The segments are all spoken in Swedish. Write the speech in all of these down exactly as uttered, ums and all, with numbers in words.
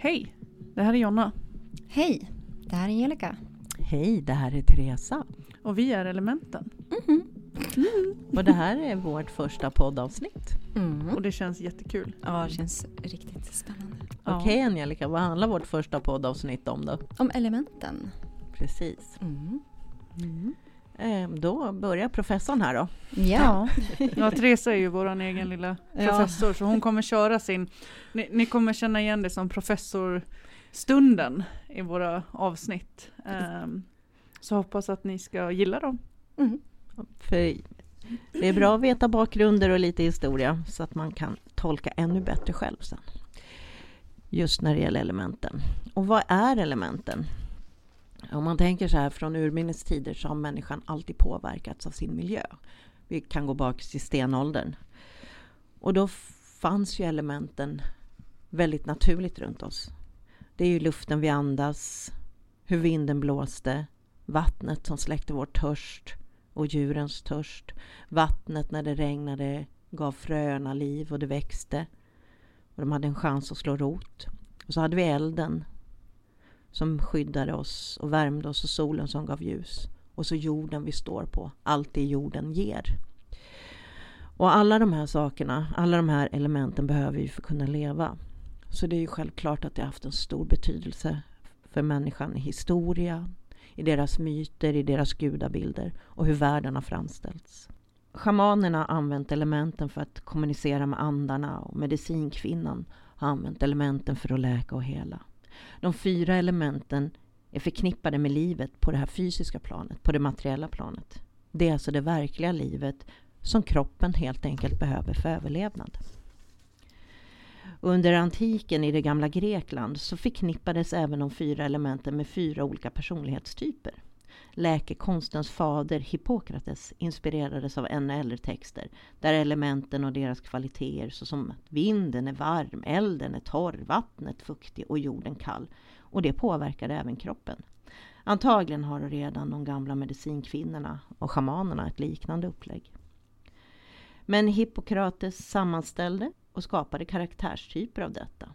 Hej, det här är Jonna. Hej, det här är Angelica. Hej, det här är Teresa. Och vi är Elementen. Mm-hmm. Mm. Och det här är vårt första poddavsnitt. Mm. Och det känns jättekul. Ja, det känns riktigt spännande. Ja. Okej okay, Angelica, vad handlar vårt första poddavsnitt om då? Om elementen. Precis. Mm. Mm. Ehm, då börjar professorn här då. Ja, ja Teresa är ju vår egen lilla professor. Ja. Så hon kommer köra sin... Ni, ni kommer känna igen det som professorstunden i våra avsnitt. Um, så hoppas att ni ska gilla dem. Mm. För det är bra att veta bakgrunder och lite historia så att man kan tolka ännu bättre själv sen. Just när det gäller elementen. Och vad är elementen? Om man tänker så här, från urminnes tider så har människan alltid påverkats av sin miljö. Vi kan gå bak till stenåldern. Och då fanns ju elementen väldigt naturligt runt oss. Det är ju luften vi andas, hur vinden blåste, vattnet som släckte vår törst och djurens törst. Vattnet när det regnade gav fröna liv och det växte. Och de hade en chans att slå rot. Och så hade vi elden som skyddade oss och värmde oss och solen som gav ljus. Och så jorden vi står på. Allt det jorden ger. Och alla de här sakerna, alla de här elementen behöver vi för att kunna leva. Så det är ju självklart att det har haft en stor betydelse för människan i historia, i deras myter, i deras gudabilder och hur världen har framställts. Schamanerna har använt elementen för att kommunicera med andarna och medicinkvinnan har använt elementen för att läka och hela. De fyra elementen är förknippade med livet på det här fysiska planet, på det materiella planet. Det är alltså det verkliga livet som kroppen helt enkelt behöver för överlevnad. Under antiken i det gamla Grekland så förknippades även de fyra elementen med fyra olika personlighetstyper. Läkekonstens fader Hippokrates inspirerades av ännu äldre texter där elementen och deras kvaliteter såsom att vinden är varm, elden är torr, vattnet fuktig och jorden kall. Och det påverkade även kroppen. Antagligen har redan de gamla medicinkvinnorna och schamanerna ett liknande upplägg. Men Hippokrates sammanställde och skapade karaktärstyper av detta.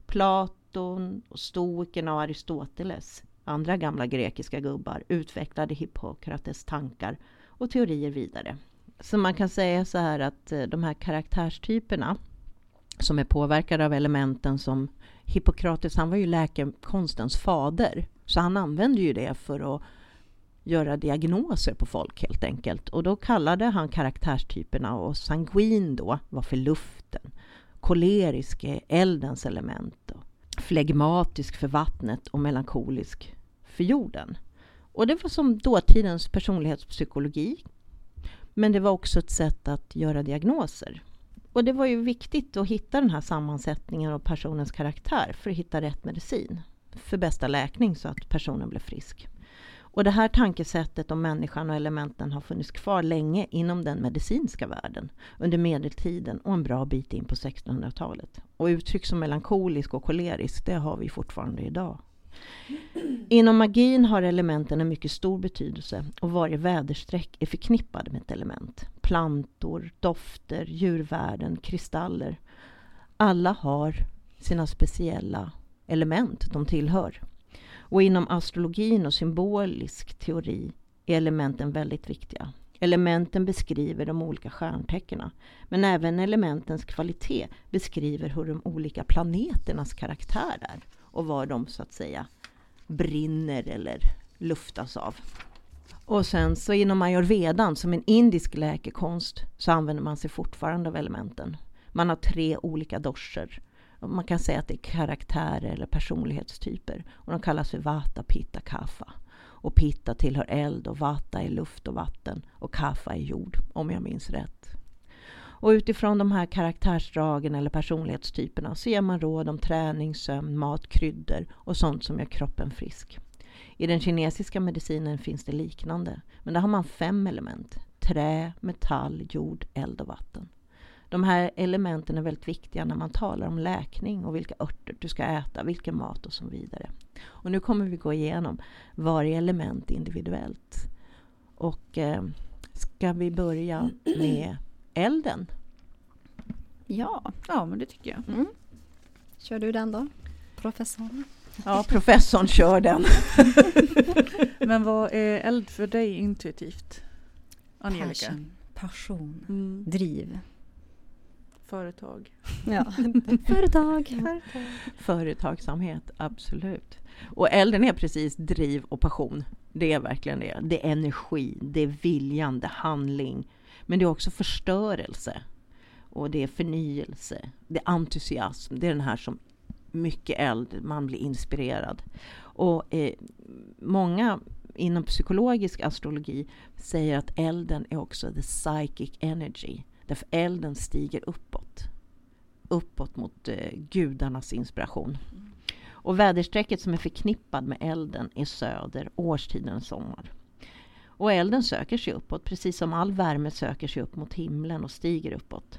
Platon och stoikerna och Aristoteles, andra gamla grekiska gubbar, utvecklade Hippokrates tankar och teorier vidare. Så man kan säga så här att de här karaktärstyperna som är påverkade av elementen som Hippokrates, han var ju läkekonstens fader. Så han använde ju det för att göra diagnoser på folk helt enkelt. Och då kallade han karaktärstyperna och sanguin då var för luften. Kolerisk är eldens element. Och flegmatisk för vattnet och melankolisk för jorden. Och det var som dåtidens personlighetspsykologi. Men det var också ett sätt att göra diagnoser. Och det var ju viktigt att hitta den här sammansättningen av personens karaktär för att hitta rätt medicin. För bästa läkning så att personen blev frisk. Och det här tankesättet om människan och elementen har funnits kvar länge inom den medicinska världen under medeltiden och en bra bit in på sextonhundratalet. Och uttryck som melankolisk och kolerisk, det har vi fortfarande idag. Inom magin har elementen en mycket stor betydelse och varje väderstreck är förknippad med ett element. Plantor, dofter, djurvärden, kristaller. Alla har sina speciella element de tillhör. Och inom astrologin och symbolisk teori är elementen väldigt viktiga. Elementen beskriver de olika stjärntecknen. Men även elementens kvalitet beskriver hur de olika planeternas karaktär är. Och vad de så att säga brinner eller luftas av. Och sen så inom ayurvedan som en indisk läkekonst så använder man sig fortfarande av elementen. Man har tre olika dosher. Man kan säga att det är karaktärer eller personlighetstyper. Och de kallas för vata, pitta, kapha. Och pitta tillhör eld och vata är luft och vatten. Och kapha är jord, om jag minns rätt. Och utifrån de här karaktärsdragen eller personlighetstyperna så ger man råd om träning, sömn, mat, kryddor och sånt som gör kroppen frisk. I den kinesiska medicinen finns det liknande. Men där har man fem element. Trä, metall, jord, eld och vatten. De här elementen är väldigt viktiga när man talar om läkning och vilka örter du ska äta, vilken mat och så vidare. Och nu kommer vi gå igenom varje element individuellt. Och eh, ska vi börja med elden? Ja, ja men det tycker jag. Mm. Kör du den då? Professorn. Ja, professorn kör den. Men vad är eld för dig intuitivt, Angelica? Passion, passion, Mm. driv. Företag. Ja. Företag. Företagsamhet, absolut. Och elden är precis driv och passion. Det är verkligen det. Det är energi, det är viljan, det är handling. Men det är också förstörelse. Och det är förnyelse, det är entusiasm. Det är den här som mycket eld, man blir inspirerad. Och eh, många inom psykologisk astrologi säger att elden är också the psychic energy. Därför elden stiger uppåt. Uppåt mot eh, gudarnas inspiration. Och väderstrecket som är förknippad med elden är söder, årstiden sommar. Och elden söker sig uppåt, precis som all värme söker sig upp mot himlen och stiger uppåt.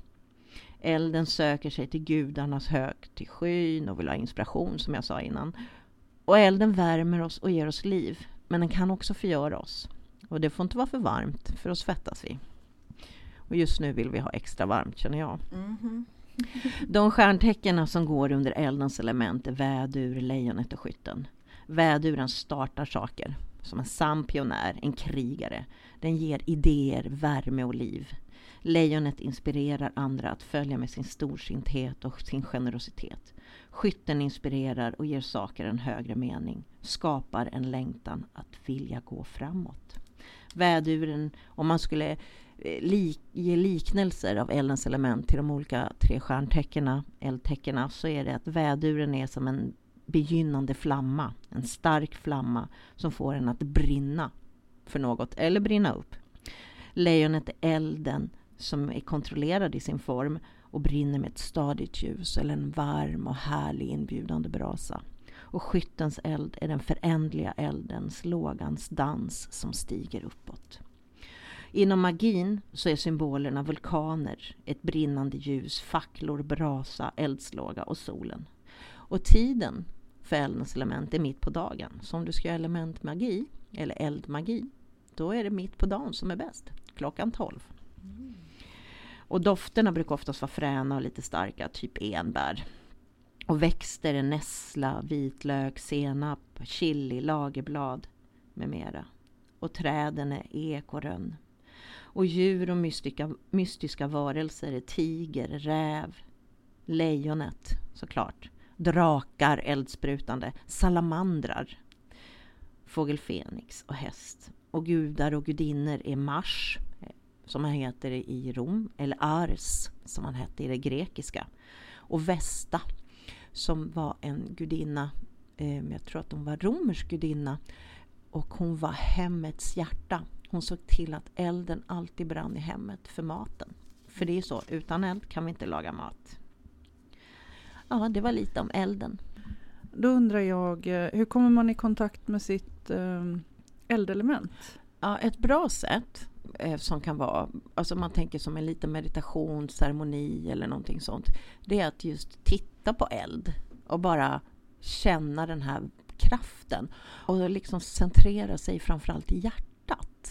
Elden söker sig till gudarnas hög, till skyn och vill ha inspiration, som jag sa innan. Och elden värmer oss och ger oss liv, men den kan också förgöra oss. Och det får inte vara för varmt, för då svettas vi. Och just nu vill vi ha extra varmt, känner jag. Mm-hmm. De stjärntecknen som går under eldens element är vädur, lejonet och skytten. Väduren startar saker, som en sann pionjär, en krigare. Den ger idéer, värme och liv. Lejonet inspirerar andra att följa med sin storsinthet och sin generositet. Skytten inspirerar och ger saker en högre mening. Skapar en längtan att vilja gå framåt. Väduren, om man skulle lik, ge liknelser av eldens element till de olika tre stjärntecknen, eldtecknen, så är det att väduren är som en begynnande flamma. En stark flamma som får en att brinna för något eller brinna upp. Lejonet är elden som är kontrollerad i sin form och brinner med ett stadigt ljus eller en varm och härlig inbjudande brasa. Och skyttens eld är den förändliga eldens, lågans dans som stiger uppåt. Inom magin så är symbolerna vulkaner, ett brinnande ljus, facklor, brasa, eldslåga och solen. Och tiden för eldens element är mitt på dagen. Så om du ska göra elementmagi eller eldmagi, då är det mitt på dagen som är bäst. Klockan tolv. Mm. Och dofterna brukar oftast vara fräna och lite starka, typ enbär. Och växter är nässla, vitlök, senap, chili, lagerblad med mera. Och träden är ek och rönn. Och djur och mystiska, mystiska varelser är tiger, räv, lejonet såklart. Drakar, eldsprutande, salamandrar, fågel Fenix och häst. Och gudar och gudinnor är Mars, som han heter i Rom, eller Ars, som han hette i det grekiska. Och Vesta, som var en gudinna, eh, jag tror att hon var romersk gudinna, och hon var hemmets hjärta. Hon såg till att elden alltid brann i hemmet för maten. För det är så, utan eld kan vi inte laga mat. Ja, det var lite om elden. Då undrar jag, hur kommer man i kontakt med sitt eh, eldelement? Ja, ett bra sätt eh, som kan vara, alltså man tänker som en liten meditation, ceremoni eller någonting sånt. Det är att just titta på eld och bara känna den här kraften. Och liksom centrera sig framförallt i hjärtat.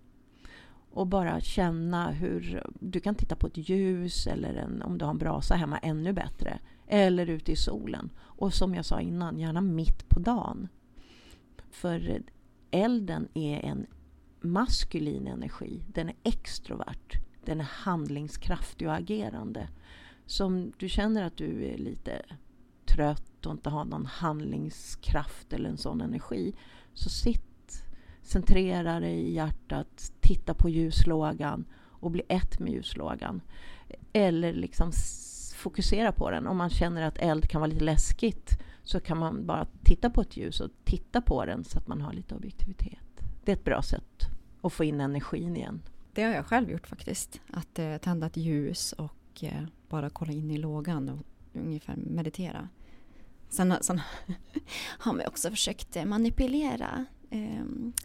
Och bara känna hur, du kan titta på ett ljus eller en, om du har en brasa hemma, ännu bättre. Eller ute i solen. Och som jag sa innan, gärna mitt på dagen. För elden är en maskulin energi. Den är extrovert. Den är handlingskraftig och agerande. Så om du känner att du är lite trött och inte har någon handlingskraft eller en sån energi, så sitt, centrera dig i hjärtat, titta på ljuslågan och bli ett med ljuslågan. Eller liksom fokusera på den. Om man känner att eld kan vara lite läskigt, så kan man bara titta på ett ljus och titta på den så att man har lite objektivitet. Det är ett bra sätt att få in energin igen. Det har jag själv gjort faktiskt. Att eh, tända ett ljus och eh, bara kolla in i lågan och ungefär meditera. Sen, sen har man också försökt manipulera eh,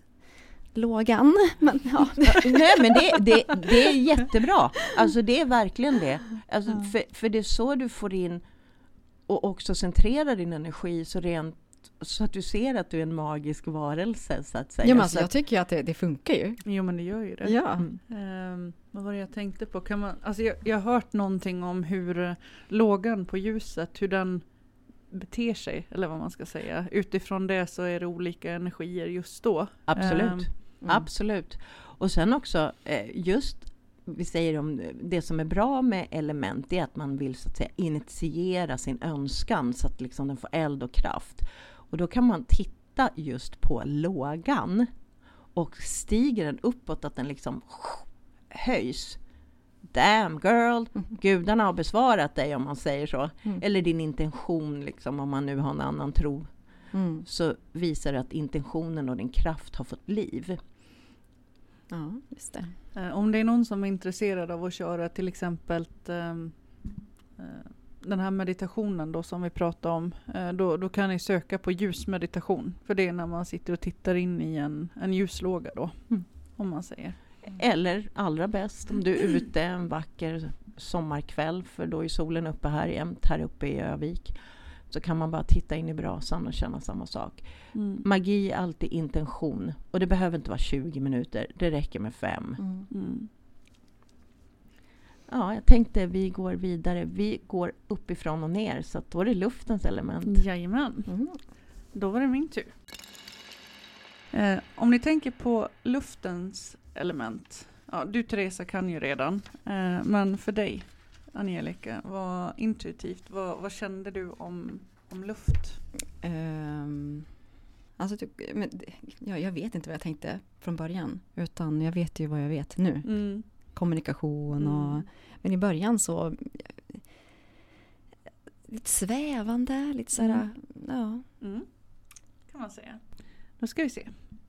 lågan. Men, ja. Nej, men det, det, det är jättebra. Alltså det är verkligen det. Alltså, ja. för, för det är så du får in och också centrerar din energi så rent, så att du ser att du är en magisk varelse, så att säga. Ja, men alltså, jag tycker ju att det, det funkar ju. Jo, men det gör ju det. Ja. Mm. Um, vad var det jag tänkte på? Kan man, alltså jag, jag har hört någonting om hur lågan på ljuset, hur den beter sig, eller vad man ska säga. Utifrån det så är det olika energier just då. Absolut, Um, mm. absolut. Och sen också just, vi säger om det som är bra med element, det är att man vill så att säga initiera sin önskan så att liksom den får eld och kraft. Och då kan man titta just på lågan, och stiger den uppåt att den liksom höjs. Damn girl, mm. gudarna har besvarat dig, om man säger så. Mm. Eller din intention, liksom, om man nu har en annan tro. Mm. Så visar det att intentionen och din kraft har fått liv. Ja, just det. Om det är någon som är intresserad av att köra till exempel um, uh, den här meditationen då som vi pratade om, uh, då, då kan ni söka på ljusmeditation. För det är när man sitter och tittar in i en, en ljuslåga då, mm. om man säger. Eller allra bäst om du är ute en vacker sommarkväll, för då är solen uppe här jämt, här uppe i Övik. Så kan man bara titta in i brasan och känna samma sak. Mm. Magi är alltid intention. Och det behöver inte vara tjugo minuter. Det räcker med fem. Mm. Mm. Ja, jag tänkte vi går vidare. Vi går uppifrån och ner. Så att då är det luftens element. Jajamän. Mm. Då var det min tur. Eh, om ni tänker på luftens element. Ja, du Teresa kan ju redan. Eh, men för dig, Angelica, vad intuitivt, vad, vad kände du om, om luft? Um, alltså typ, men, ja, jag vet inte vad jag tänkte från början, utan jag vet ju vad jag vet nu. Mm. Kommunikation och, mm. men i början så lite svävande, lite sådär, mm. ja. Mm. Kan man säga. Då ska vi se.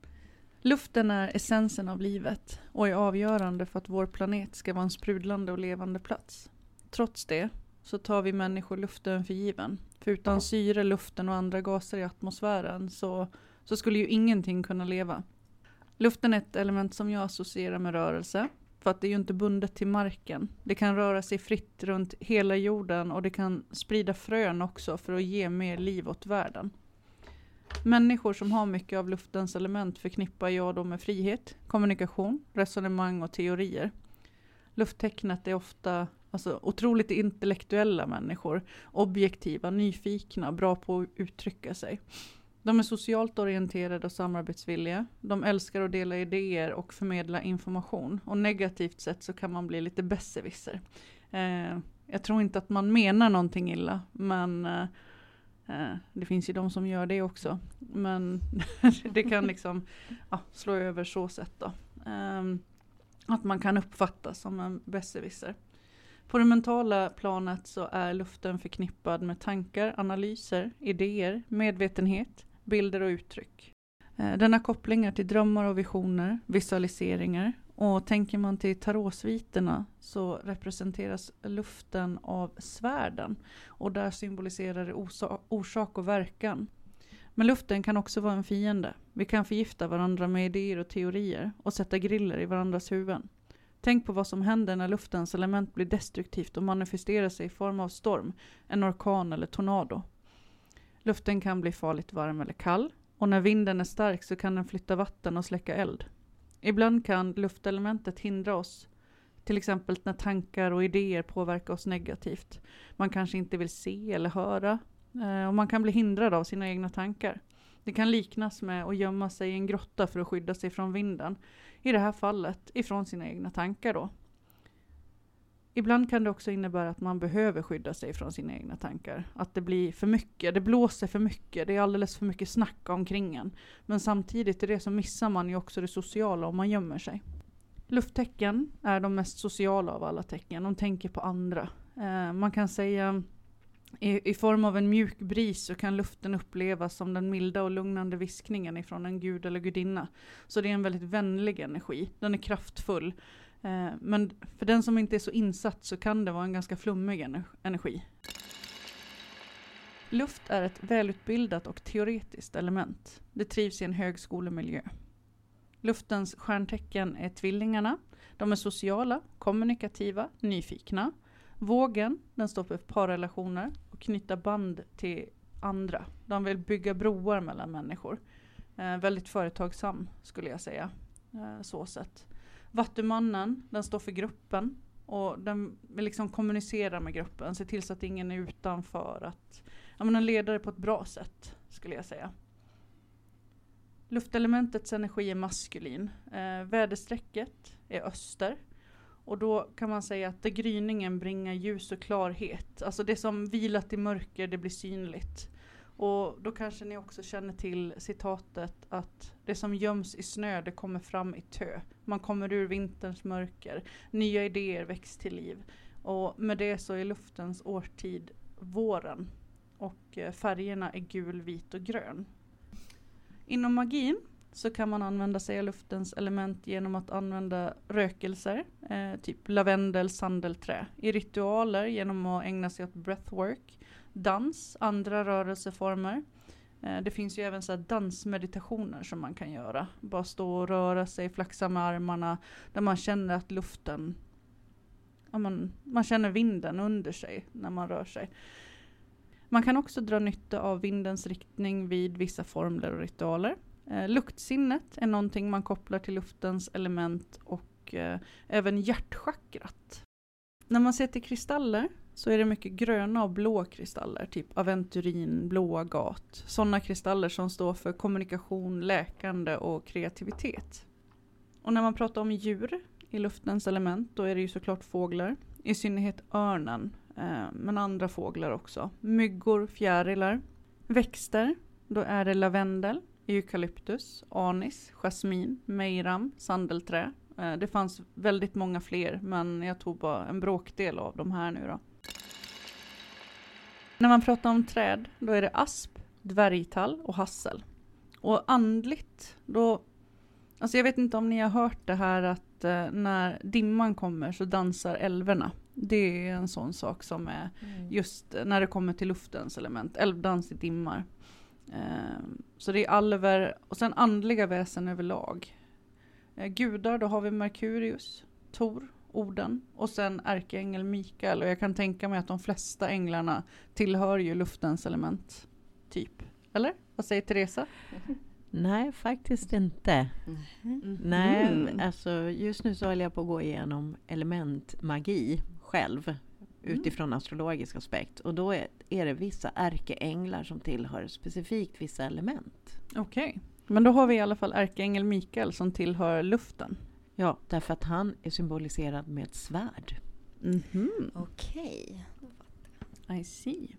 Luften är essensen av livet och är avgörande för att vår planet ska vara en sprudlande och levande plats. Trots det så tar vi människor luften för given. För utan syre, luften och andra gaser i atmosfären så, så skulle ju ingenting kunna leva. Luften är ett element som jag associerar med rörelse. För att det är ju inte bundet till marken. Det kan röra sig fritt runt hela jorden och det kan sprida frön också för att ge mer liv åt världen. Människor som har mycket av luftens element förknippar jag då med frihet, kommunikation, resonemang och teorier. Lufttecknet är ofta alltså, otroligt intellektuella människor, objektiva, nyfikna, bra på att uttrycka sig. De är socialt orienterade och samarbetsvilliga. De älskar att dela idéer och förmedla information. Och negativt sett så kan man bli lite besserwisser. Eh, jag tror inte att man menar någonting illa, men eh, eh, det finns ju de som gör det också. Men det kan liksom ja, slå över så sätt då. Eh, att man kan uppfattas som en besserwisser. På det mentala planet så är luften förknippad med tankar, analyser, idéer, medvetenhet, bilder och uttryck. Den har kopplingar till drömmar och visioner, visualiseringar. Och tänker man till tarotsviterna så representeras luften av svärden. Och där symboliserar det orsa- orsak och verkan. Men luften kan också vara en fiende. Vi kan förgifta varandra med idéer och teorier och sätta griller i varandras huvuden. Tänk på vad som händer när luftens element blir destruktivt och manifesterar sig i form av storm, en orkan eller tornado. Luften kan bli farligt varm eller kall, och när vinden är stark så kan den flytta vatten och släcka eld. Ibland kan luftelementet hindra oss, till exempel när tankar och idéer påverkar oss negativt. Man kanske inte vill se eller höra, och man kan bli hindrad av sina egna tankar. Det kan liknas med att gömma sig i en grotta för att skydda sig från vinden. I det här fallet ifrån sina egna tankar då. Ibland kan det också innebära att man behöver skydda sig från sina egna tankar. Att det blir för mycket, det blåser för mycket, det är alldeles för mycket snack omkring en. Men samtidigt är det så missar man ju också det sociala om man gömmer sig. Lufttecken är de mest sociala av alla tecken. De tänker på andra. Eh, man kan säga i, i form av en mjuk bris så kan luften upplevas som den milda och lugnande viskningen ifrån en gud eller gudinna. Så det är en väldigt vänlig energi. Den är kraftfull. Eh, men för den som inte är så insatt så kan det vara en ganska flummig energi. Luft är ett välutbildat och teoretiskt element. Det trivs i en högskolemiljö. Luftens stjärntecken är tvillingarna. De är sociala, kommunikativa, nyfikna. Vågen, den står för parrelationer och knyta band till andra. De vill bygga broar mellan människor. Eh, väldigt företagsam skulle jag säga. Eh, så sätt. Vattumannen, den står för gruppen och den vill liksom kommunicera med gruppen. Se till så att ingen är utanför. Att ja, men en ledare på ett bra sätt, skulle jag säga. Luftelementets energi är maskulin. Eh, väderstrecket är öster. Och då kan man säga att det gryningen bringar ljus och klarhet. Alltså det som vilat i mörker, det blir synligt. Och då kanske ni också känner till citatet att det som göms i snö, det kommer fram i tö. Man kommer ur vinterns mörker. Nya idéer väcks till liv. Och med det så är luftens årtid våren. Och färgerna är gul, vit och grön. Inom magin så kan man använda sig av luftens element genom att använda rökelser, eh, typ lavendel, sandelträ. I ritualer genom att ägna sig åt breathwork, dans, andra rörelseformer. Eh, det finns ju även så här dansmeditationer som man kan göra. Bara stå och röra sig, flaxa med armarna, där man känner att luften, ja, man, man känner vinden under sig när man rör sig. Man kan också dra nytta av vindens riktning vid vissa formler och ritualer. Eh, luktsinnet är någonting man kopplar till luftens element och eh, även hjärtchakrat. När man ser till kristaller så är det mycket gröna och blå kristaller, typ aventurin, blå agat. Sådana kristaller som står för kommunikation, läkande och kreativitet. Och när man pratar om djur i luftens element, då är det ju såklart fåglar. I synnerhet örnen, eh, men andra fåglar också. Myggor, fjärilar. Växter, då är det lavendel, eukalyptus, anis, jasmin, mejram, sandelträ. Eh, det fanns väldigt många fler, men jag tog bara en bråkdel av de här nu då. När man pratar om träd, då är det asp, dvärgtall och hassel. Och andligt, då... Alltså jag vet inte om ni har hört det här att eh, när dimman kommer så dansar älvorna. Det är en sån sak som är mm. just när det kommer till luftens element. Älvdans i dimmar. Eh, så det är alver och sen andliga väsen överlag. Eh, gudar, då har vi Merkurius, Tor, Oden och sen ärkeängel Mikael. Och jag kan tänka mig att de flesta änglarna tillhör ju luftens element. Typ. Eller? Vad säger Teresa? Nej, faktiskt inte. Mm. Nej, mm. alltså just nu så håller jag på att gå igenom elementmagi själv mm. utifrån astrologisk aspekt. Och då är, är det vissa ärkeänglar som tillhör specifikt vissa element. Okej, okay. Men då har vi i alla fall ärkeängel Mikael som tillhör luften. Ja, därför att han är symboliserad med ett svärd. Mm-hmm. Okej. Okay. I see.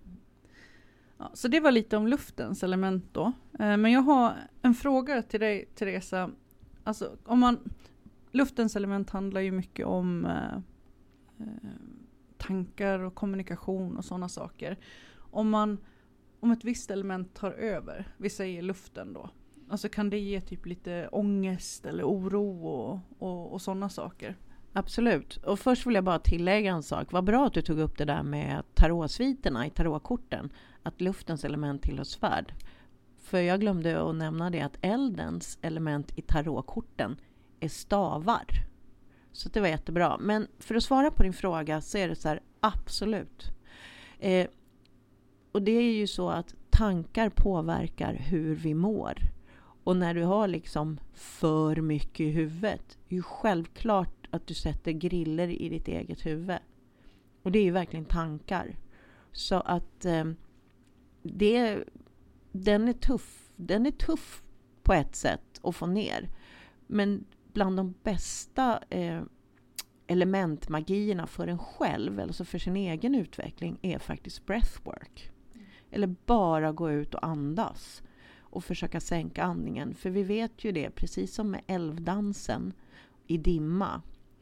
Ja, så det var lite om luftens element då. Eh, men jag har en fråga till dig, Teresa. Alltså, om man, luftens element handlar ju mycket om eh, eh, tankar och kommunikation och sådana saker. Om, man, om ett visst element tar över, vi säger luften då. Alltså kan det ge typ lite ångest eller oro och, och, och sådana saker? Absolut. Och först vill jag bara tillägga en sak. Vad bra att du tog upp det där med tarotsviterna i tarotkorten. Att luftens element tillhör svärd. För jag glömde att nämna det att eldens element i tarotkorten är stavar. Så det var jättebra. Men för att svara på din fråga så är det så här, absolut. Eh, och det är ju så att tankar påverkar hur vi mår. Och när du har liksom för mycket i huvudet, är ju självklart att du sätter griller i ditt eget huvud. Och det är ju verkligen tankar. Så att eh, det, den är tuff. Den är tuff på ett sätt att få ner. Men bland de bästa eh, elementmagierna för en själv, alltså för sin egen utveckling, är faktiskt breathwork. Mm. Eller bara gå ut och andas. Och försöka sänka andningen. För vi vet ju det, precis som med älvdansen i dimma.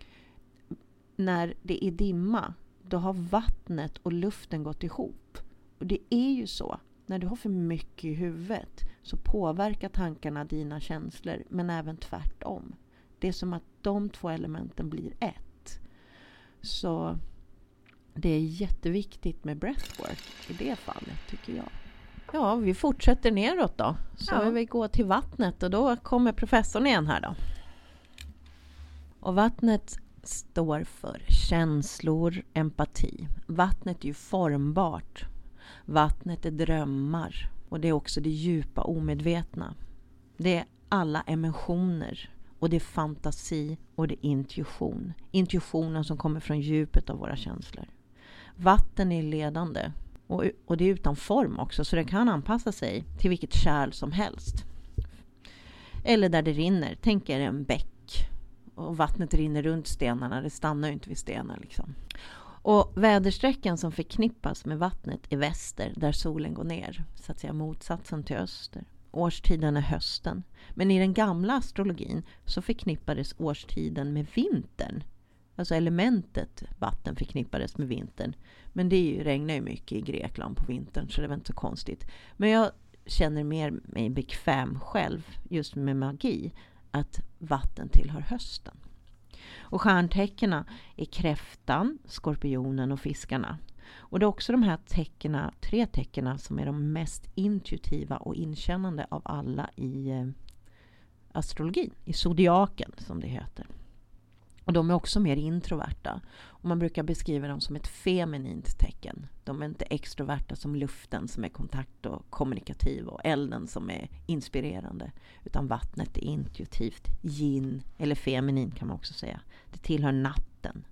När det är dimma, då har vattnet och luften gått ihop. Och det är ju så. När du har för mycket i huvudet så påverkar tankarna dina känslor. Men även tvärtom. Det är som att de två elementen blir ett. Så det är jätteviktigt med breathwork i det fallet, tycker jag. Ja, vi fortsätter neråt då. Så ja. Vi går till vattnet och då kommer professorn igen här då. Och vattnet står för känslor, empati. Vattnet är ju formbart. Vattnet är drömmar. Och det är också det djupa omedvetna. Det är alla emotioner. Och det är fantasi och det är intuition. Intuitionen som kommer från djupet av våra känslor. Vatten är ledande. Och, och det är utan form också, så det kan anpassa sig till vilket kärl som helst. Eller där det rinner. Tänk er en bäck. Och vattnet rinner runt stenarna. Det stannar ju inte vid stenar liksom. Och vädersträckan som förknippas med vattnet är väster, där solen går ner. Så att säga motsatsen till öster. Årstiden är hösten. Men i den gamla astrologin så förknippades årstiden med vintern. Alltså elementet vatten förknippades med vintern. Men det är ju, regnar ju mycket i Grekland på vintern, så det var inte så konstigt. Men jag känner mer mig bekväm själv just med magi att vatten tillhör hösten. Och stjärntecknen är kräftan, skorpionen och fiskarna. Och det är också de här tecknen, tre tecknen som är de mest intuitiva och inkännande av alla i eh, astrologin, i zodiaken som det heter. Och de är också mer introverta. Och man brukar beskriva dem som ett feminint tecken. De är inte extroverta som luften som är kontakt och kommunikativ, och elden som är inspirerande. Utan vattnet är intuitivt, yin eller feminin kan man också säga. Det tillhör natten.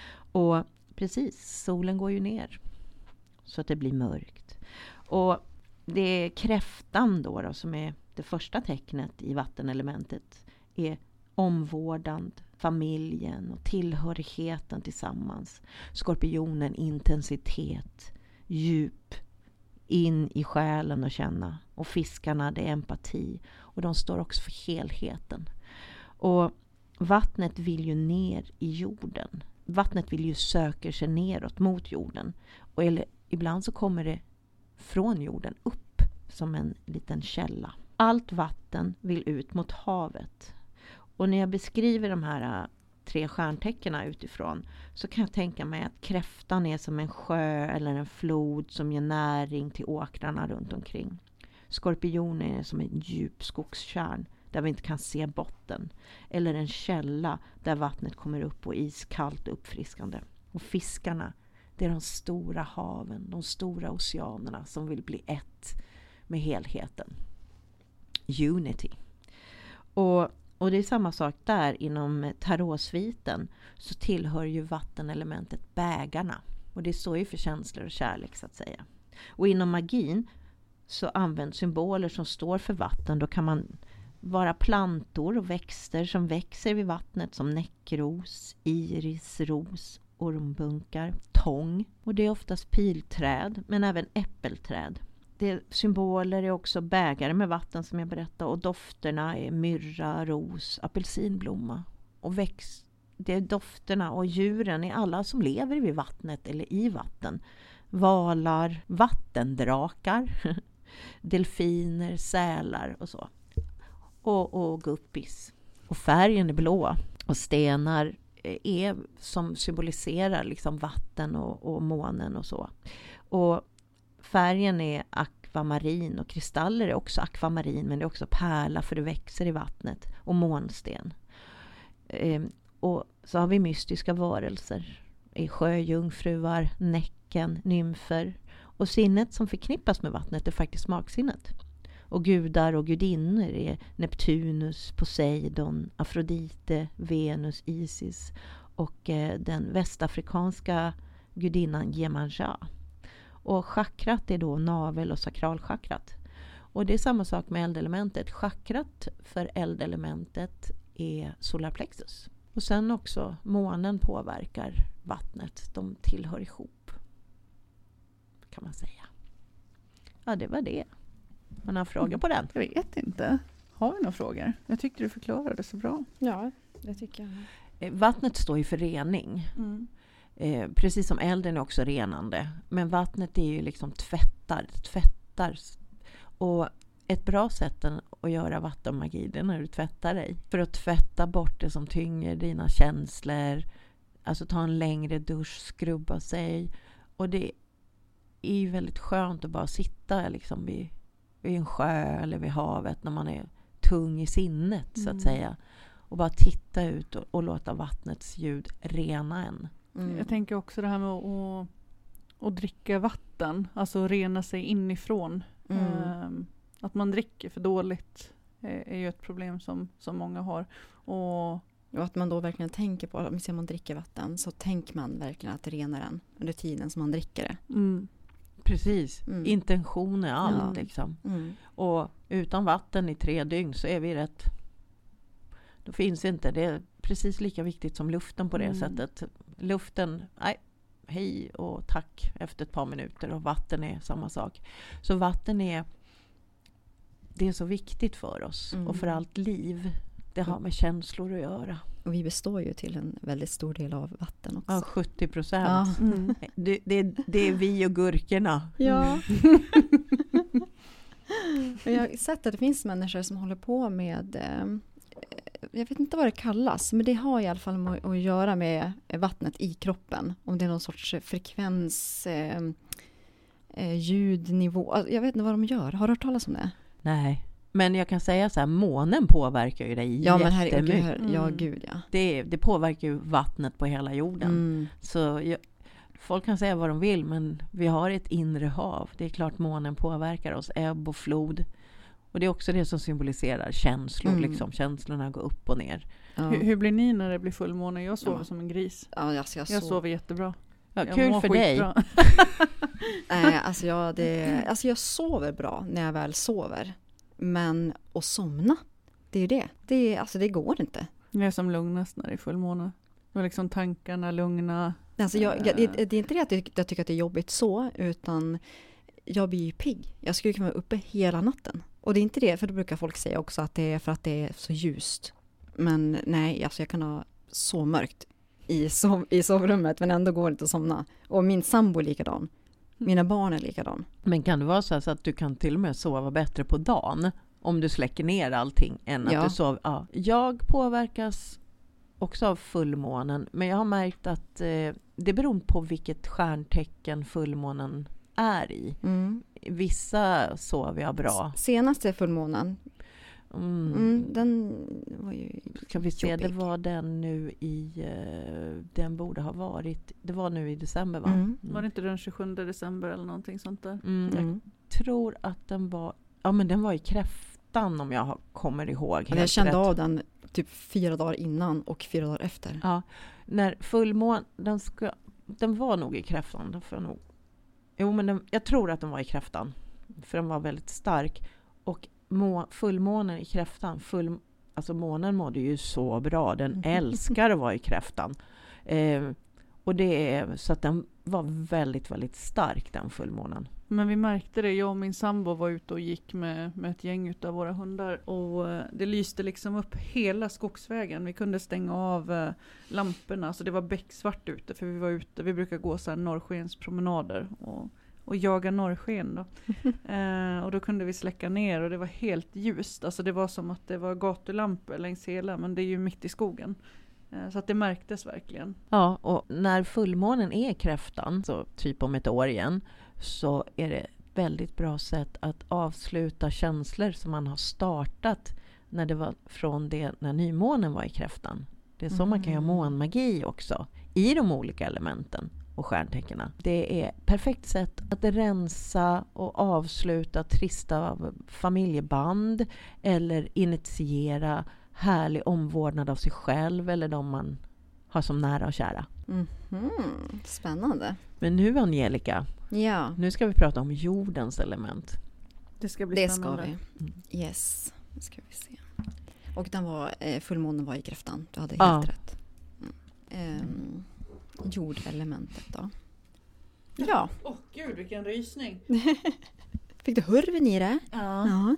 Och precis, solen går ju ner så att det blir mörkt. Och det är kräftan då, då som är det första tecknet i vattenelementet, är omvårdande, familjen och tillhörigheten tillsammans. Skorpionen, intensitet, djup, in i själen och känna. Och fiskarna, det är empati. Och de står också för helheten. Och vattnet vill ju ner i jorden. Vattnet vill ju söka sig neråt mot jorden. Och eller, ibland så kommer det från jorden upp som en liten källa. Allt vatten vill ut mot havet. Och när jag beskriver de här tre stjärntecknen utifrån så kan jag tänka mig att kräftan är som en sjö eller en flod som ger näring till åkrarna runt omkring. Skorpionen är som en djup skogskärn där vi inte kan se botten. Eller en källa där vattnet kommer upp och iskallt och uppfriskande. Och fiskarna, det är de stora haven, de stora oceanerna som vill bli ett med helheten. Unity. Och Och det är samma sak där inom tarotsviten, så tillhör ju vattenelementet bägarna. Och det står ju för känslor och kärlek så att säga. Och inom magin så används symboler som står för vatten. Då kan man vara plantor och växter som växer vid vattnet som näckros, iris, ros, ormbunkar, tång. Och det är oftast pilträd men även äppelträd. Det symboler är också bägare med vatten som jag berättade, och dofterna är myrra, ros, apelsinblomma. Och växt, det är dofterna och djuren är alla som lever vid vattnet eller i vatten. Valar, vattendrakar, delfiner, sälar och så. Och, och guppis. Och färgen är blå. Och stenar är som symboliserar liksom vatten och, och månen och så. Och färgen är akvamarin och kristaller är också akvamarin, men det är också pärla för det växer i vattnet, och månsten. Ehm, och så har vi mystiska varelser, i sjöjungfruar, näcken, nymfer. Och sinnet som förknippas med vattnet är faktiskt smaksinnet. Och gudar och gudinnor är Neptunus, Poseidon, Afrodite, Venus, Isis och eh, den västafrikanska gudinnan Jemanja. Och chakrat är då navel- och sakralchakrat. Och det är samma sak med eldelementet. Chakrat för eldelementet är solarplexus. Och sen också månen påverkar vattnet. De tillhör ihop, kan man säga. Ja, det var det. Har du några frågor på den? Jag vet inte. Har vi några frågor? Jag tyckte du förklarade så bra. Ja, det tycker jag. Vattnet står ju för rening. Mm. Eh, precis som elden är också renande. Men vattnet är ju liksom tvättar. tvättar. Och ett bra sätt att göra vattenmagi, det är när du tvättar dig. För att tvätta bort det som tynger dina känslor. Alltså ta en längre dusch, skrubba sig. Och det är ju väldigt skönt att bara sitta liksom vid, vid en sjö eller vid havet när man är tung i sinnet så att mm. säga. Och bara titta ut och, och låta vattnets ljud rena en. Mm. Jag tänker också det här med att, att, att dricka vatten. Alltså rena sig inifrån. Mm. Um, att man dricker för dåligt är, är ju ett problem som, som många har. Och, och att man då verkligen tänker på, om man dricker vatten så tänker man verkligen att rena den under tiden som man dricker det. Mm. Precis, Mm. intention är allt Ja. liksom. Mm. Och utan vatten i tre dygn så är vi rätt... Då finns inte, det är precis lika viktigt som luften på det Mm. sättet. Luften, nej, hej och tack efter ett par minuter, och vatten är samma sak. Så vatten är, det är så viktigt för oss Mm. och för allt liv. Det har med känslor att göra. Och vi består ju till en väldigt stor del av vatten också. Ja, sjuttio procent. Ja. Mm. Det, det, det är vi och gurkorna. Ja. Jag har sett att det finns människor som håller på med, eh, jag vet inte vad det kallas, men det har i alla fall med att göra med vattnet i kroppen. Om det är någon sorts frekvens, eh, eh, ljudnivå. Alltså, jag vet inte vad de gör. Har du hört talas om det? Nej, men jag kan säga så här, månen påverkar ju dig Ja, men här, jättemycket. gud, ja, Mm. gud ja. Det, det påverkar ju vattnet på hela jorden. Mm. Så jag, folk kan säga vad de vill, men vi har ett inre hav. Det är klart månen påverkar oss, ebb och flod. Och det är också det som symboliserar känslor. Mm. Liksom. Känslorna går upp och ner. Ja. Hur, hur blir ni när det blir fullmåne? Jag sover Ja. som en gris. Ja, alltså jag, Jag sov- sover jättebra. Ja, Jag kul mår för dig. skitbra. Nej, alltså jag, det, alltså jag sover bra när jag väl sover. Men att somna, det är ju det. Det, är, alltså det går inte. Jag är som lugnast när det är fullmåne. Då är liksom tankarna lugna. Alltså jag, jag, det, det är inte det att jag, jag tycker att det är jobbigt så, utan jag blir ju pigg. Jag skulle kunna vara uppe hela natten. Och det är inte det, för då brukar folk säga också att det är för att det är så ljust. Men nej, alltså jag kan ha så mörkt i, sov, i sovrummet, men ändå går det inte att somna. Och min sambo är likadan. Mina barn är likadan. Men kan det vara så, här så att du kan till och med sova bättre på dagen om du släcker ner allting än att Ja. du sover? Ja. Jag påverkas också av fullmånen, men jag har märkt att eh, det beror på vilket stjärntecken fullmånen är i. Mm. Vissa sover jag bra. Senaste fullmånen, Mm. mm, den var ju Ska vi se, det jobbig. var den nu i, eh, den borde ha varit, det var nu i december va? Mm. Var det inte den tjugosjunde december eller någonting sånt där? Mm, jag Mm. tror att den var, ja men den var i kräftan om jag har- kommer ihåg Ja, helt jag kände rätt. av den typ fyra dagar innan och fyra dagar efter. Ja, när fullmån, den, ska, den var nog i kräftan. Den får jag, nog, jo, men den, jag tror att den var i kräftan. För den var väldigt stark. Och må, fullmånen i kräftan, full, alltså månen mådde ju så bra. Den älskar att vara i kräftan. Eh, och det är så att den var väldigt, väldigt stark den fullmånen. Men vi märkte det, jag och min sambo var ute och gick med, med ett gäng utav våra hundar. Och eh, det lyste liksom upp hela skogsvägen. Vi kunde stänga av eh, lamporna så det var becksvart ute. För vi var ute, vi brukar gå så här norrskenspromenader och, och jaga norrsken då. eh, och då kunde vi släcka ner och det var helt ljust. Alltså det var som att det var gatulampor längs hela, men det är ju mitt i skogen. Eh, så att det märktes verkligen. Ja, och när fullmånen är i kräftan, så typ om ett år igen, så är det ett väldigt bra sätt att avsluta känslor som man har startat när det var från det när nymånen var i kräftan. Det är så mm. man kan göra månmagi också i de olika elementen och stjärntecknen. Det är ett perfekt sätt att rensa och avsluta trista familjeband eller initiera härlig omvårdnad av sig själv eller de man har som nära och kära. Mm-hmm. Spännande. Men nu Angelica, Ja, nu ska vi prata om jordens element. Det ska bli det ska spännande. vi. Mm. Yes, det ska vi se. Och den var, eh, fullmånen var i kräftan. Du hade helt Ja. rätt. Mm. Ehm, jordelementet då. Ja, Åh oh, gud, vilken rysning. fick du hurven i det? Ja. Ja.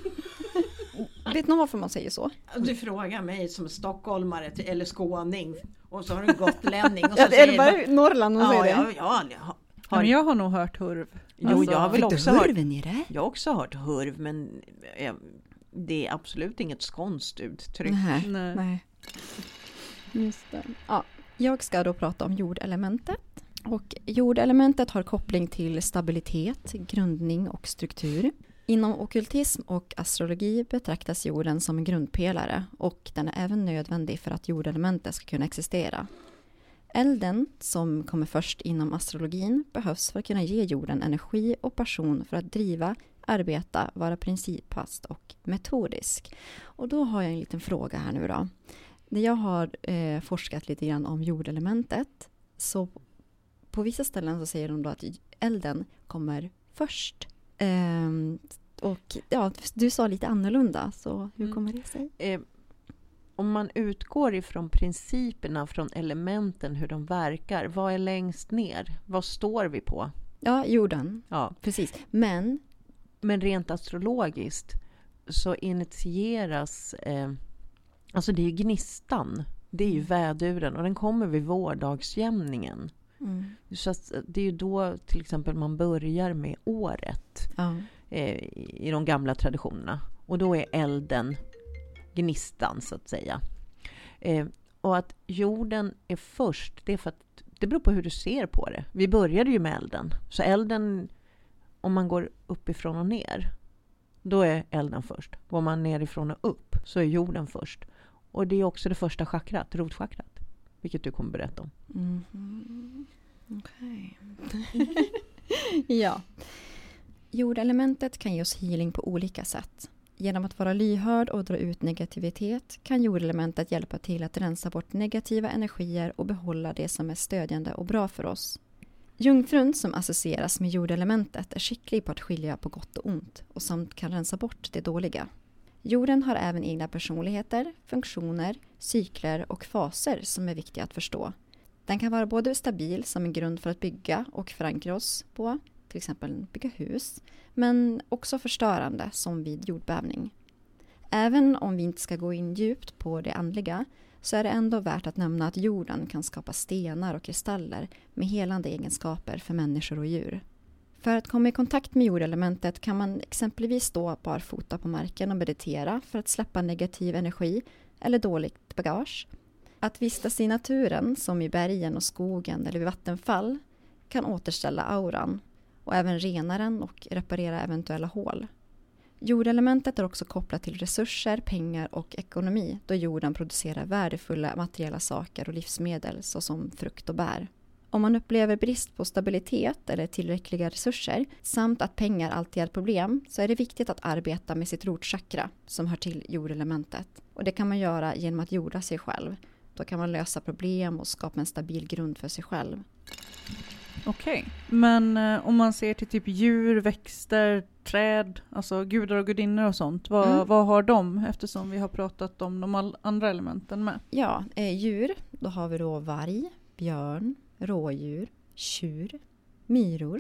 Vet någon varför man säger så? Du frågar mig som stockholmare till- eller skåning och så har du gotlänning. Och så Ja, säger eller bara Norrland man ja, säger ja, det. ja, ja, Ja, har, men jag har nog hört hurv. jo, Alltså, jag har väl Fick också du hört, hurven i det? jag har också hört hurv, men eh, det är absolut inget skånskt uttryck. Nej. Nej. Nej. Just det. Ja, jag ska då prata om jordelementet. Och jordelementet har koppling till stabilitet, grundning och struktur. Inom ockultism och astrologi betraktas jorden som en grundpelare och den är även nödvändig för att jordelementet ska kunna existera. Elden, som kommer först inom astrologin, behövs för att kunna ge jorden energi och passion för att driva, arbeta, vara principfast och metodisk. Och då har jag en liten fråga här nu då. När jag har eh, forskat lite grann om jordelementet, så på vissa ställen så säger de då att elden kommer först. Um, och ja, du sa lite annorlunda, så hur kommer det sig? Eh, om man utgår ifrån principerna från elementen, hur de verkar, vad är längst ner? Vad står vi på? Ja, jorden. Ja. Precis. Men, Men rent astrologiskt så initieras, eh, alltså det är ju gnistan, det är ju väduren och den kommer vid vårdagsjämningen. Mm. Så att det är ju då till exempel man börjar med året ja. eh, i de gamla traditionerna. Och då är elden gnistan så att säga. Eh, och att jorden är först, det är för att det beror på hur du ser på det. Vi började ju med elden. Så elden, om man går uppifrån och ner, då är elden först. Går man nerifrån och upp så är jorden först. Och det är också det första chakrat, rotchakrat. Vilket du kommer berätta om. Mm-hmm. Okej. Okay. Ja. Jordelementet kan ge oss healing på olika sätt. Genom att vara lyhörd och dra ut negativitet kan jordelementet hjälpa till att rensa bort negativa energier och behålla det som är stödjande och bra för oss. Jungfrun som associeras med jordelementet är skicklig på att skilja på gott och ont och samt kan rensa bort det dåliga. Jorden har även egna personligheter, funktioner, cykler och faser som är viktiga att förstå. Den kan vara både stabil som en grund för att bygga och förankra oss på, till exempel bygga hus, men också förstörande som vid jordbävning. Även om vi inte ska gå in djupt på det andliga så är det ändå värt att nämna att jorden kan skapa stenar och kristaller med helande egenskaper för människor och djur. För att komma i kontakt med jordelementet kan man exempelvis stå barfota på marken och meditera för att släppa negativ energi eller dåligt bagage. Att vistas i naturen, som i bergen och skogen eller vid vattenfall, kan återställa auran och även rena den och reparera eventuella hål. Jordelementet är också kopplat till resurser, pengar och ekonomi då jorden producerar värdefulla materiella saker och livsmedel såsom frukt och bär. Om man upplever brist på stabilitet eller tillräckliga resurser samt att pengar alltid är ett problem så är det viktigt att arbeta med sitt rotchakra som hör till jordelementet. Och det kan man göra genom att jorda sig själv. Då kan man lösa problem och skapa en stabil grund för sig själv. Okej, okay. Men eh, om man ser till typ djur, växter, träd, alltså gudar och gudinnor och sånt. Vad, mm. vad har de eftersom vi har pratat om de all- andra elementen med? Ja, eh, djur, då har vi då varg, björn, rådjur, tjur, myror.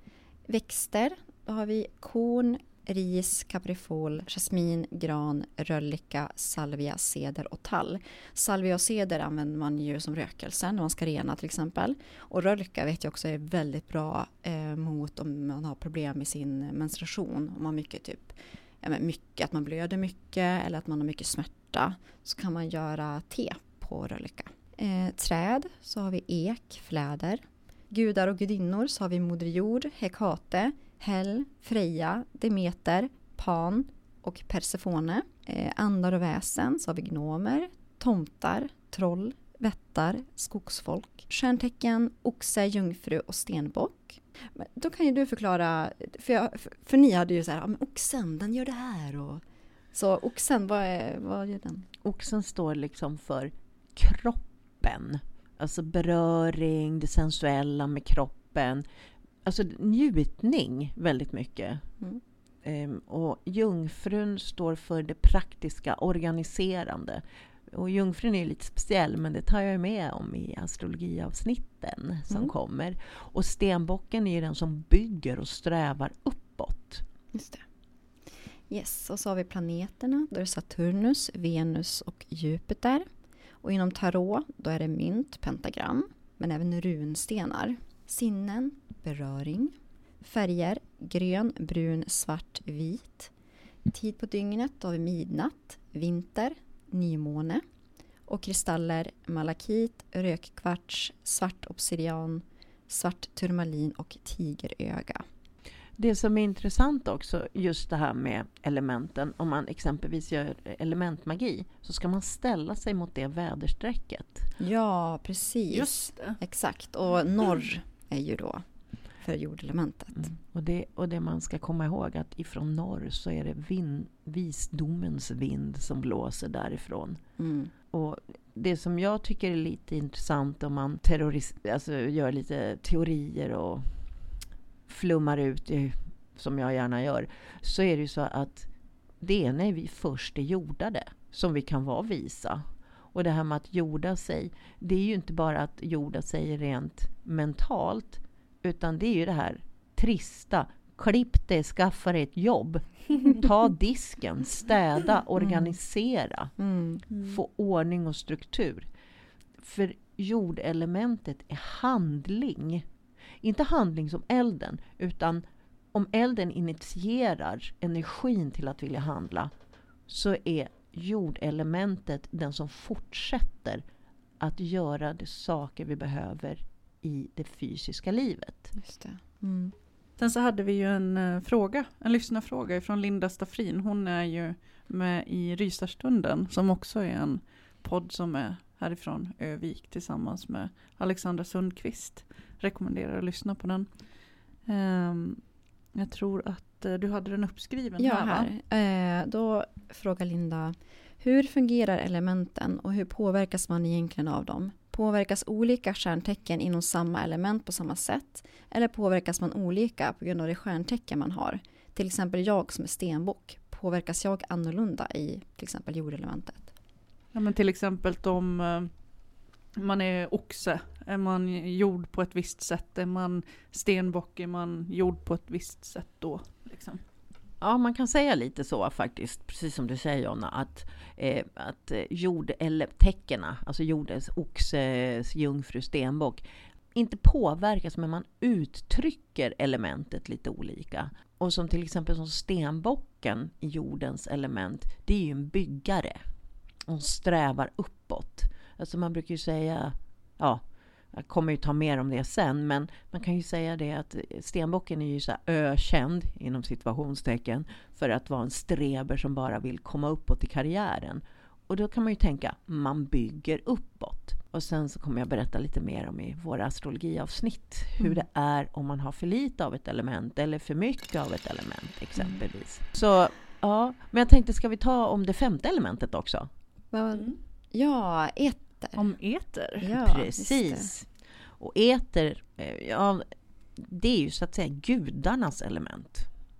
Växter, då har vi korn, ris, kaprifol, jasmin, gran, röllika, salvia, ceder och tall. Salvia och ceder använder man ju som rökelse när man ska rena till exempel. Och röllika vet jag också är väldigt bra eh, mot om man har problem med sin menstruation. Om man har mycket typ, ja, men mycket, att man blöder mycket eller att man har mycket smärta, så kan man göra te på röllika. Eh, träd, så har vi ek, fläder. Gudar och gudinnor, så har vi moder jord, Hekate, Hel, Freja, Demeter, Pan och Persefone. Eh, andar och väsen, så har vi gnomer, tomtar, troll, vättar, skogsfolk. Stjärntecken, oxe, jungfru och stenbock. Men då kan ju du förklara, för, jag, för, för ni hade ju så här, ja, men oxen, den gör det här. Och, så oxen, vad, är, vad gör den? Oxen står liksom för kroppen. Alltså beröring, det sensuella med kroppen. Alltså njutning väldigt mycket. Mm. Um, och jungfrun står för det praktiska, organiserande. Och jungfrun är lite speciell, men det tar jag med om i astrologiavsnitten som mm. kommer. Och stenbocken är ju den som bygger och strävar uppåt. Just det. Yes, och så har vi planeterna. Då är det Saturnus, Venus och Jupiter. Och inom tarot, då är det mynt, pentagram, men även runstenar. Sinnen, beröring. Färger, grön, brun, svart, vit. Tid på dygnet, då har vi midnatt, vinter, nymåne. Och kristaller, malakit, rökkvarts, svart obsidian, svart turmalin och tigeröga. Det som är intressant också, just det här med elementen, om man exempelvis gör elementmagi, så ska man ställa sig mot det väderstrecket. Ja, precis. Just det. Exakt, och norr är ju då för jordelementet. Mm. Och, det, och det man ska komma ihåg, att ifrån norr så är det vind, visdomens vind som blåser därifrån. Mm. Och det som jag tycker är lite intressant om man terroris- alltså gör lite teorier och flummar ut i, som jag gärna gör, så är det ju så att det är när vi först är jordade som vi kan vara visa. Och det här med att jorda sig, det är ju inte bara att jorda sig rent mentalt, utan det är ju det här trista. Klipp det, skaffa dig ett jobb. Ta disken, städa, organisera. Mm. Mm. Få ordning och struktur. För jordelementet är handling. Inte handling som elden, utan om elden initierar energin till att vilja handla, så är jordelementet den som fortsätter att göra de saker vi behöver i det fysiska livet. Just det. Mm. Sen så hade vi ju en uh, fråga, en lyssnarfråga från Linda Staffrin. Hon är ju med i Rysarstunden, som också är en podd som är härifrån Övik tillsammans med Alexandra Sundqvist. Rekommenderar att lyssna på den. Um, jag tror att uh, du hade den uppskriven Ja, här, va? här. Eh, då frågar Linda, hur fungerar elementen och hur påverkas man egentligen av dem? Påverkas olika stjärntecken inom samma element på samma sätt? Eller påverkas man olika på grund av det stjärntecken man har? Till exempel jag som är stenbock. Påverkas jag annorlunda i till exempel jordelementet? Ja, men till exempel om uh, man är oxe, är man jord på ett visst sätt, är man stenbock, är man jord på ett visst sätt då liksom. Ja, man kan säga lite så faktiskt, precis som du säger Jonna, att, eh, att jord eller teckena, alltså jordens oxe, jungfru, stenbock, inte påverkas, men man uttrycker elementet lite olika. Och som till exempel som stenbocken i jordens element, det är ju en byggare. Hon strävar uppåt. Alltså man brukar ju säga, ja, jag kommer ju ta mer om det sen, men man kan ju säga det att stenbocken är ju så här ökänd inom situationstecken för att vara en streber som bara vill komma uppåt i karriären. Och då kan man ju tänka, man bygger uppåt. Och sen så kommer jag berätta lite mer om i våra astrologiavsnitt hur Mm. det är om man har för lite av ett element eller för mycket av ett element exempelvis. Mm. Så ja, men jag tänkte, ska vi ta om det femte elementet också? Mm. Ja, eter. Om eter? Ja, precis. Och eter, ja, det är ju så att säga gudarnas element.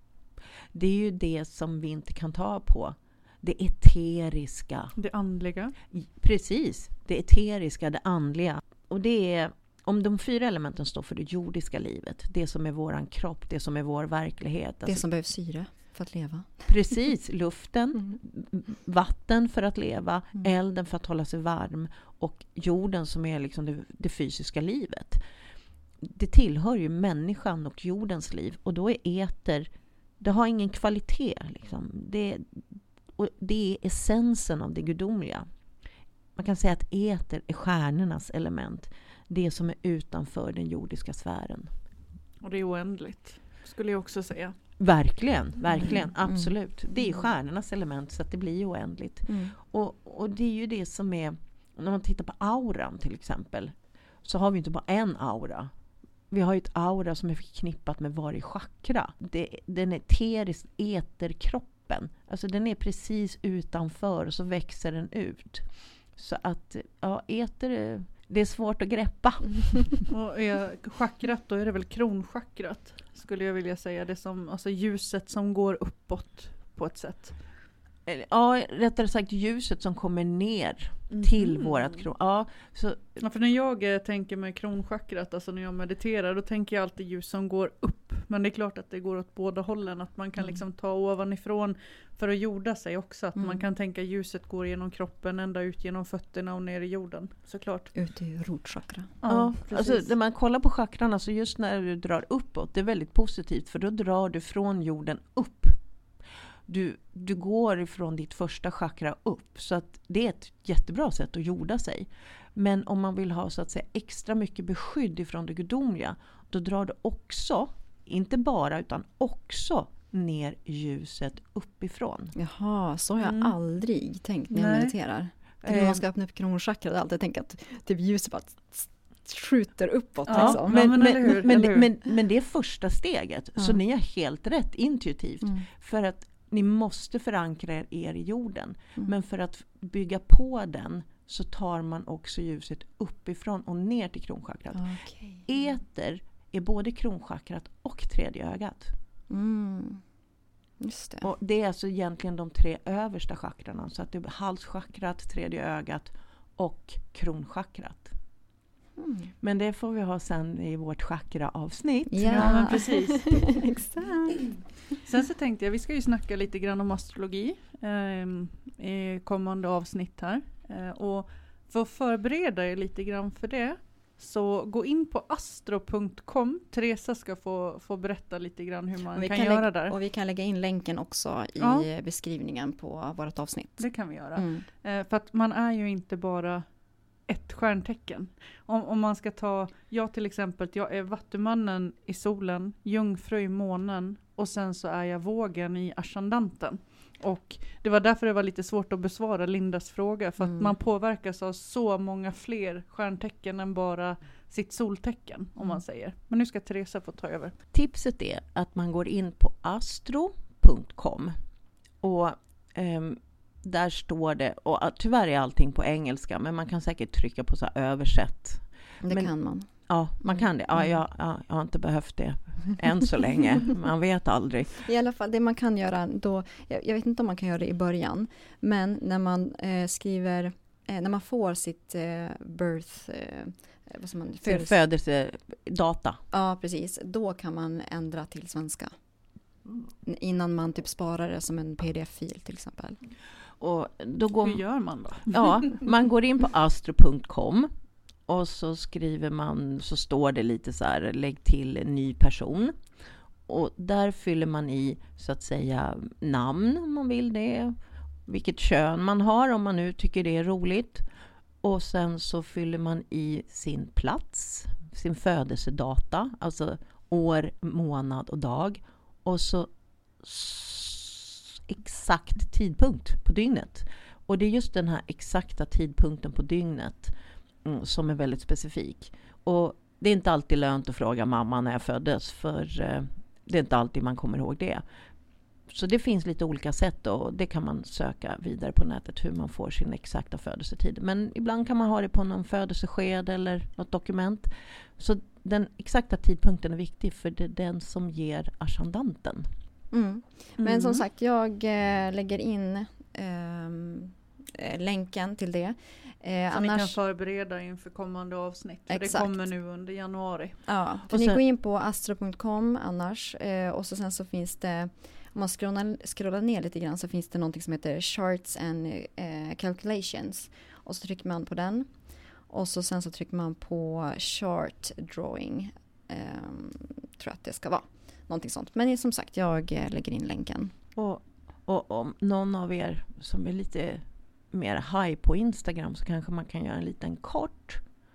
Det är ju det som vi inte kan ta på. Det eteriska. Det andliga. Precis, det eteriska, det andliga. Och det är, om de fyra elementen står för det jordiska livet, det som är våran kropp, det som är vår verklighet. Det alltså, som behöver syre för att leva. Precis, luften, Mm. vatten för att leva, Mm. elden för att hålla sig varm och jorden som är liksom det, det fysiska livet. Det tillhör ju människan och jordens liv, och då är eter, det har ingen kvalitet liksom. Det, och det är essensen av det gudomliga. Man kan säga att eter är stjärnornas element, det som är utanför den jordiska sfären. Och det är oändligt, skulle jag också säga. Verkligen, verkligen, Mm. absolut. Det är stjärnornas element, så att det blir oändligt. Mm. Och, och det är ju det som är, när man tittar på auran till exempel, så har vi inte bara en aura. Vi har ju ett aura som är förknippat med varje chakra. Det, den eterisk eterkroppen. Alltså den är precis utanför och så växer den ut. Så att, ja, eter, det är svårt att greppa. Och är chakrat, då är det väl kronchakrat, skulle jag vilja säga. Det som, alltså ljuset som går uppåt på ett sätt. Ja, rättare sagt ljuset som kommer ner Mm. till vårat kron. Ja, så, Ja, för när jag eh, tänker med kronchakrat, alltså när jag mediterar, då tänker jag alltid ljus som går upp. Men det är klart att det går åt båda hållen, att man kan Mm. liksom ta ovanifrån för att jorda sig också. Att Mm. man kan tänka ljuset går genom kroppen, ända ut genom fötterna och ner i jorden, såklart. Ut i rotchakra. ja, precis. alltså när man kollar på chakran, alltså just när du drar uppåt, det är väldigt positivt, för då drar du från jorden upp. Du, du går ifrån ditt första chakra upp, så att det är ett jättebra sätt att jorda sig. Men om man vill ha så att säga extra mycket beskydd ifrån det gudomliga, då drar du också, inte bara utan också ner ljuset uppifrån. Jaha, så har jag Mm. aldrig tänkt när jag Nej. mediterar. När Eh, man ska öppna upp kronchakrat, jag har alltid tänkt att typ ljuset bara skjuter uppåt. Ja, Liksom. men, men men, eller hur, men, eller hur? men, men det är första steget, så Ja. ni har helt rätt intuitivt. Mm. För att ni måste förankra er i jorden. Mm. Men för att bygga på den så tar man också ljuset uppifrån och ner till kronchakrat. Okej. Eter är både kronchakrat och tredje ögat. Mm. Just det. Och det är alltså egentligen de tre översta chakrarna. Så att det är halschakrat, tredje ögat och kronchakrat. Mm. Men det får vi ha sen i vårt chakra-avsnitt. Ja, Ja, men precis. Exakt. Sen så tänkte jag, vi ska ju snacka lite grann om astrologi eh, i kommande avsnitt här. Eh, och för att förbereda er lite grann för det, så gå in på astro punkt com. Teresa ska få, få berätta lite grann hur man kan, kan göra lägga, där. Och vi kan lägga in länken också i ja. beskrivningen på vårt avsnitt. Det kan vi göra. Mm. Eh, för att man är ju inte bara ett stjärntecken. Om, om man ska ta, jag till exempel, jag är vattumannen i solen, jungfru i månen och sen så är jag vågen i ascendanten. Och det var därför det var lite svårt att besvara Lindas fråga, för att Mm. man påverkas av så många fler stjärntecken än bara sitt soltecken, om man säger. Men nu ska Teresa få ta över. Tipset är att man går in på astro punkt com och ehm, där står det, och tyvärr är allting på engelska, men man kan säkert trycka på så här översätt. Det Men, kan man. Ja, man kan det. Ja, jag, ja, jag har inte behövt det än så länge. Man vet aldrig. I alla fall, det man kan göra då, jag, jag vet inte om man kan göra det i början, men när man eh, skriver, eh, när man får sitt eh, birth, eh, vad som man, Födelse. Födelsedata. Ja, precis. Då kan man ändra till svenska. Innan man typ sparar det som en pdf-fil till exempel. Och då går, Hur gör man då? ja, man går in på astro punkt com och så skriver man, så står det lite så här, lägg till en ny person. Och där fyller man i så att säga namn om man vill det. Vilket kön man har om man nu tycker det är roligt. Och sen så fyller man i sin plats, sin födelsedata, alltså år, månad och dag. Och så s- exakt tidpunkt på dygnet. Och det är just den här exakta tidpunkten på dygnet mm, som är väldigt specifik. Och det är inte alltid lönt att fråga mamma när jag föddes, för eh, det är inte alltid man kommer ihåg det. Så det finns lite olika sätt och det kan man söka vidare på nätet hur man får sin exakta födelsetid. Men ibland kan man ha det på någon födelsesked eller något dokument. Så den exakta tidpunkten är viktig, för det är den som ger ascendanten. Mm. Men Mm. som sagt, jag eh, lägger in ehm, eh, länken till det. Eh, Så ni kan annars, förbereda inför kommande avsnitt. För det Exakt. kommer nu under januari. ja, för Och ni sen- går in på astro punkt com annars. Eh, och så sen så finns det, om man scrollar, scrollar ner lite grann, så finns det någonting som heter Charts and eh, Calculations. Och så trycker man på den. Och så sen så trycker man på Chart Drawing. Eh, tror jag att det ska vara. Någonting sånt. Men som sagt, jag eh, lägger in länken. Och, och om någon av er som är lite mer high på Instagram, så kanske man kan göra en liten kort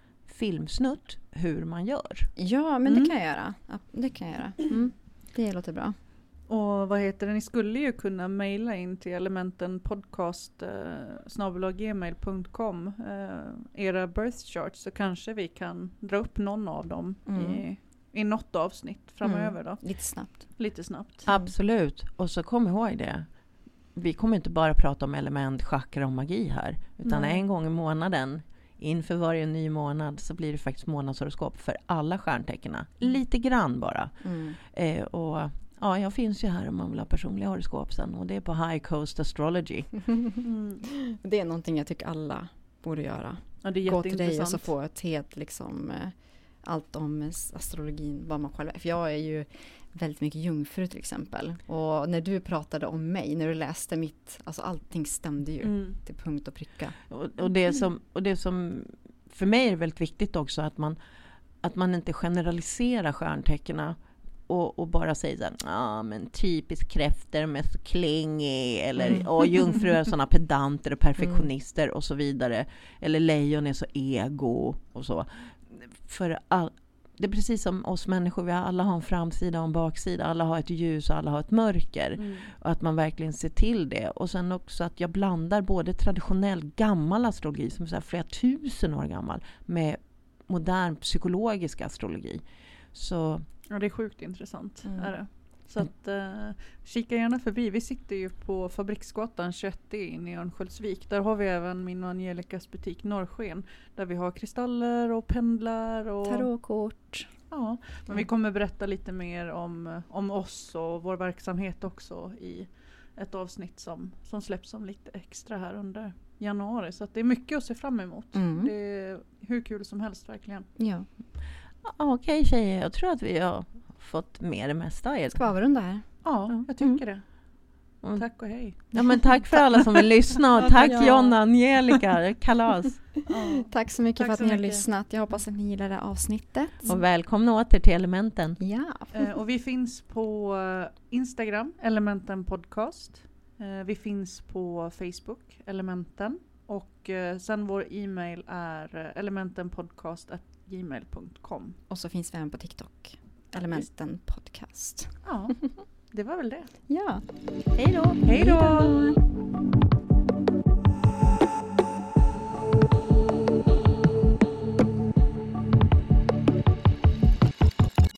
filmsnutt hur man gör. Ja, men Mm. det kan jag göra. Ja, det kan jag göra. Mm. Det låter bra. Och vad heter det? Ni skulle ju kunna mejla in till elementenpodcast eh, snabel-a gmail punkt com eh, era birth charts, så kanske vi kan dra upp någon av dem Mm. i, i något avsnitt framöver då. Lite snabbt. Lite snabbt. Absolut. Och så kom ihåg det. Vi kommer inte bara prata om element, chakra och magi här. Utan Nej. en gång i månaden, inför varje ny månad, så blir det faktiskt månadshoroskop för alla stjärntecknen. Lite grann bara. Mm. Eh, och ja, jag finns ju här om man vill ha personliga horoskop sen. Och det är på High Coast Astrology. Mm. Det är någonting jag tycker alla borde göra. Ja, det är Gå till dig och så jätteintressant. få ett helt liksom eh, allt om eh, astrologin, vad man själv är. För jag är ju väldigt mycket jungfru till exempel. Och när du pratade om mig, när du läste mitt, alltså allting stämde ju Mm. till punkt och pricka. Och, och, det som, och det som för mig är väldigt viktigt också, att man, att man inte generaliserar stjärntecknen och, och bara säger så här, ah, men typiskt kräfter med så klingig, eller Mm. och jungfrur är sådana pedanter och perfektionister och så vidare, eller lejon är så ego och så. För all, det är precis som oss människor, vi alla har en framsida och en baksida, alla har ett ljus och alla har ett mörker. Mm. Och att man verkligen ser till det. Och sen också att jag blandar både traditionell gammal astrologi, som är så här flera tusen år gammal, med modern psykologisk astrologi. Så Ja, det är sjukt intressant. Mm. Är det? Så att eh, kika gärna förbi. Vi sitter ju på Fabriksgatan tjugoett inne i Örnsköldsvik. Där har vi även min och Angelicas butik Norrsken. Där vi har kristaller och pendlar. Och tarotkort. Ja, men vi kommer berätta lite mer om, om oss och vår verksamhet också i ett avsnitt som, som släpps som lite extra här under januari. Så att det är mycket att se fram emot. Mm. Det är hur kul som helst verkligen. Ja. Okej tjejer, jag tror att vi har fått med det mesta av er. Ska vi avrunda här? Ja, jag tycker Mm. det. Mm. Tack och hej. Ja, men tack för alla som vill lyssna. Och tack Ja. Jonna, Angelica, kalas. Ja. Tack så mycket Tack för att så ni har mycket. lyssnat. Jag hoppas att ni gillar det här avsnittet. Och välkomna åter till Elementen. Ja. Eh, och vi finns på Instagram, Elementen Podcast. Eh, vi finns på Facebook, Elementen. Och eh, sen vår e-mail är eh, elementenpodcast at gmail punkt com. Och så finns vi även på TikTok. Elementen Podcast. Ja, det var väl det. Ja. Hej då! Hej då!